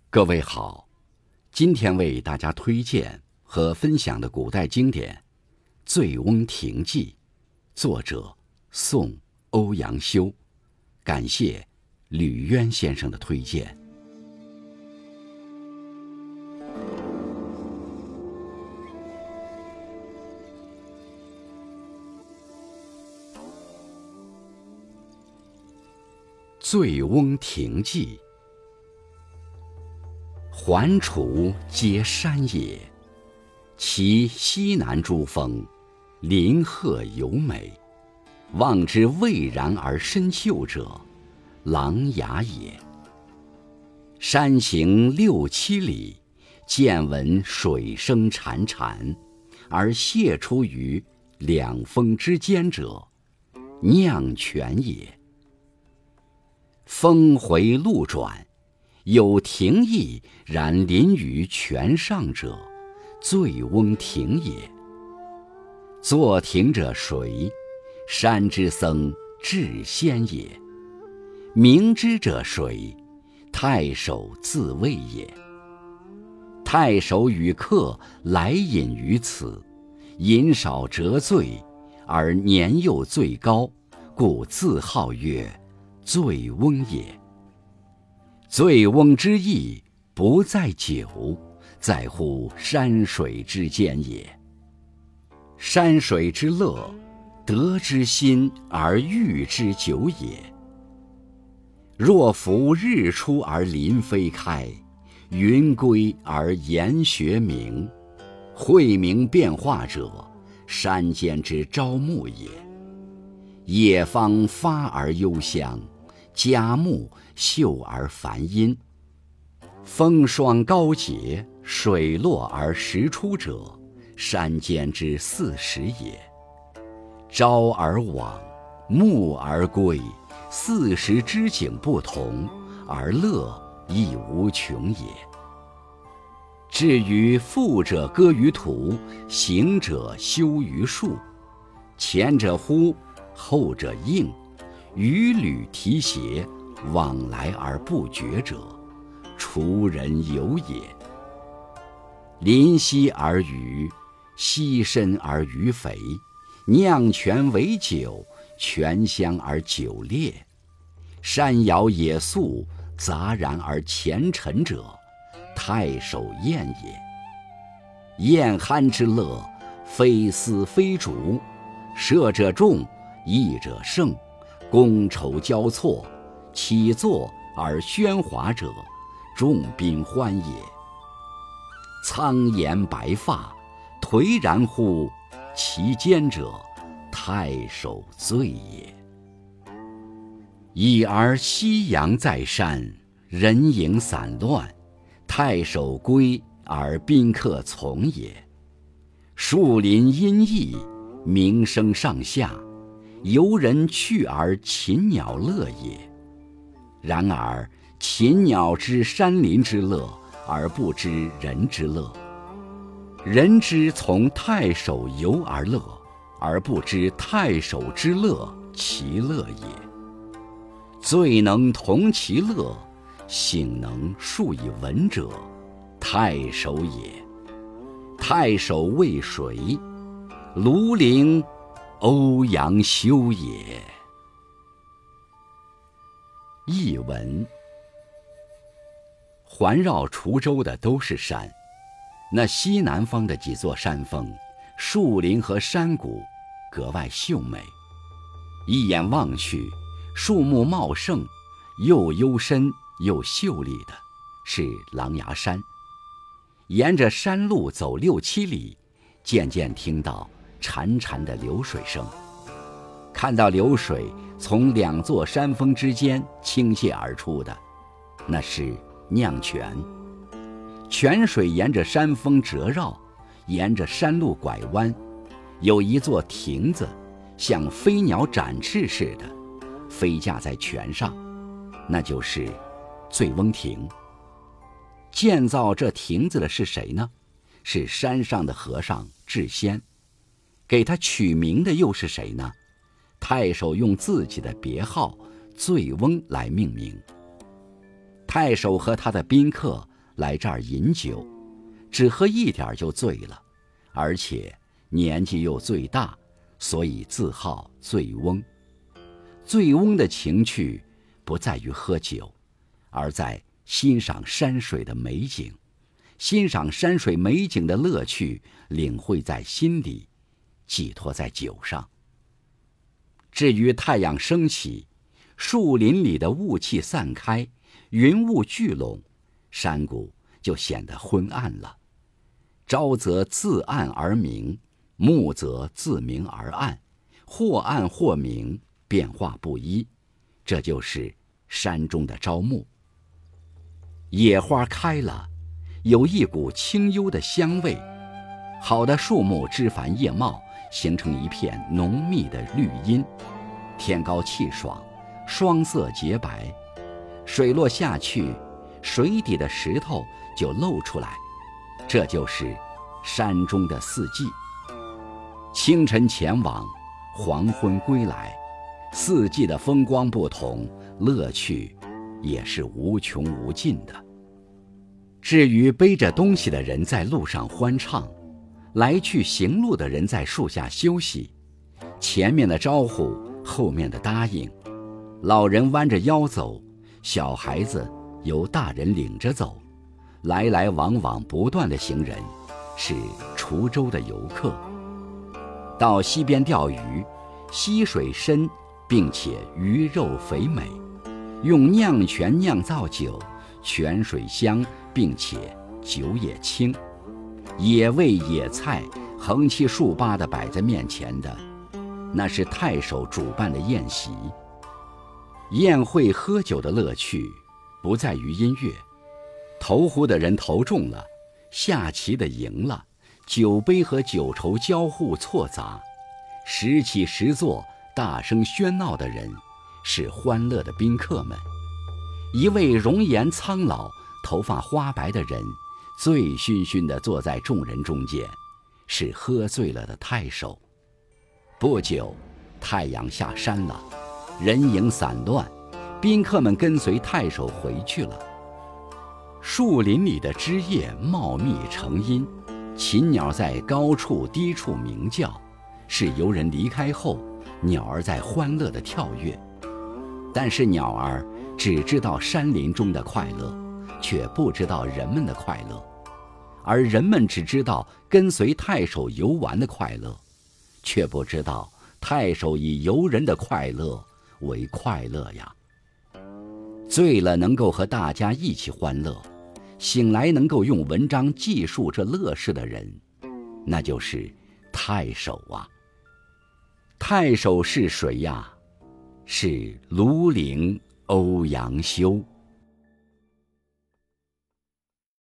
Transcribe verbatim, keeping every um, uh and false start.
各位好，今天为大家推荐和分享的古代经典《醉翁亭记》，作者宋欧阳修，感谢吕渊先生的推荐。《醉翁亭记》，环滁皆山也，其西南诸峰，林壑尤美。望之蔚然而深秀者，琅琊也。山行六七里，渐闻水声潺潺，而泻出于两峰之间者，酿泉也。峰回路转，有亭翼然临于泉上者，醉翁亭也。作亭者谁？山之僧智仙也。明之者谁？太守自谓也。太守与客来饮于此，饮少辄醉，而年又最高，故自号曰醉翁也。醉翁之意不在酒，在乎山水之间也。山水之乐，得之心而寓之久也。若夫日出而林霏开，云归而岩穴明，晦明变化者，山间之朝暮也。野芳发而幽香，佳木秀而繁阴。风霜高洁，水落而石出者，山间之四时也。朝而往，暮而归，四时之景不同，而乐亦无穷也。至于富者歌于途，行者修于树，前者呼，后者应，与履提携，往来而不绝者，滁人游也。临溪而渔，溪深而鱼肥，酿泉为酒，泉香而酒冽。山摇野宿，杂然而前陈者，太守宴也。宴酣之乐，非丝非竹，射者众，弈者胜，觥筹交错，起坐而喧哗者，众宾欢也。苍颜白发，颓然乎其间者，太守醉也。已而夕阳在山，人影散乱，太守归而宾客从也。树林阴翳，鸣声上下，游人去而禽鸟乐也。然而禽鸟知山林之乐，而不知人之乐；人之从太守游而乐，而不知太守之乐其乐也。醉能同其乐，醒能述以文者，太守也。太守谓谁？庐陵欧阳修也。译文：环绕滁州的都是山，那西南方的几座山峰，树林和山谷格外秀美。一眼望去，树木茂盛，又幽深又秀丽的是琅琊山。沿着山路走六七里，渐渐听到潺潺的流水声，看到流水从两座山峰之间倾泻而出的，那是酿泉。泉水沿着山峰折绕，沿着山路拐弯，有一座亭子，像飞鸟展翅似的飞架在泉上，那就是醉翁亭。建造这亭子的是谁呢？是山上的和尚智仙。给他取名的又是谁呢？太守用自己的别号醉翁来命名。太守和他的宾客来这儿饮酒，只喝一点就醉了，而且年纪又最大，所以自号醉翁。醉翁的情趣不在于喝酒，而在欣赏山水的美景，欣赏山水美景的乐趣领会在心里，寄托在酒上。至于太阳升起，树林里的雾气散开，云雾聚拢，山谷就显得昏暗了。朝则自暗而明，暮则自明而暗，或暗或明，变化不一，这就是山中的朝暮。野花开了，有一股清幽的香味，好的树木枝繁叶茂，形成一片浓密的绿荫。天高气爽，霜色洁白，水落下去，水底的石头就露出来，这就是山中的四季。清晨前往，黄昏归来，四季的风光不同，乐趣也是无穷无尽的。至于背着东西的人在路上欢唱，来去行路的人在树下休息，前面的招呼，后面的答应，老人弯着腰走，小孩子由大人领着走，来来往往不断的行人，是滁州的游客。到溪边钓鱼，溪水深，并且鱼肉肥美，用酿泉酿造酒，泉水香，并且酒也清。野味野菜横七竖八地摆在面前的，那是太守主办的宴席。宴会喝酒的乐趣不在于音乐，投壶的人投中了，下棋的赢了，酒杯和酒筹交互错杂，时起时坐大声喧闹的人是欢乐的宾客们。一位容颜苍老头发花白的人醉醺醺地坐在众人中间，是喝醉了的太守。不久太阳下山了，人影散乱，宾客们跟随太守回去了。树林里的枝叶茂密成荫，禽鸟在高处低处鸣叫，是游人离开后鸟儿在欢乐地跳跃。但是鸟儿只知道山林中的快乐，却不知道人们的快乐，而人们只知道跟随太守游玩的快乐，却不知道太守以游人的快乐为快乐呀。醉了能够和大家一起欢乐，醒来能够用文章记述这乐事的人，那就是太守啊。太守是谁呀？是庐陵欧阳修。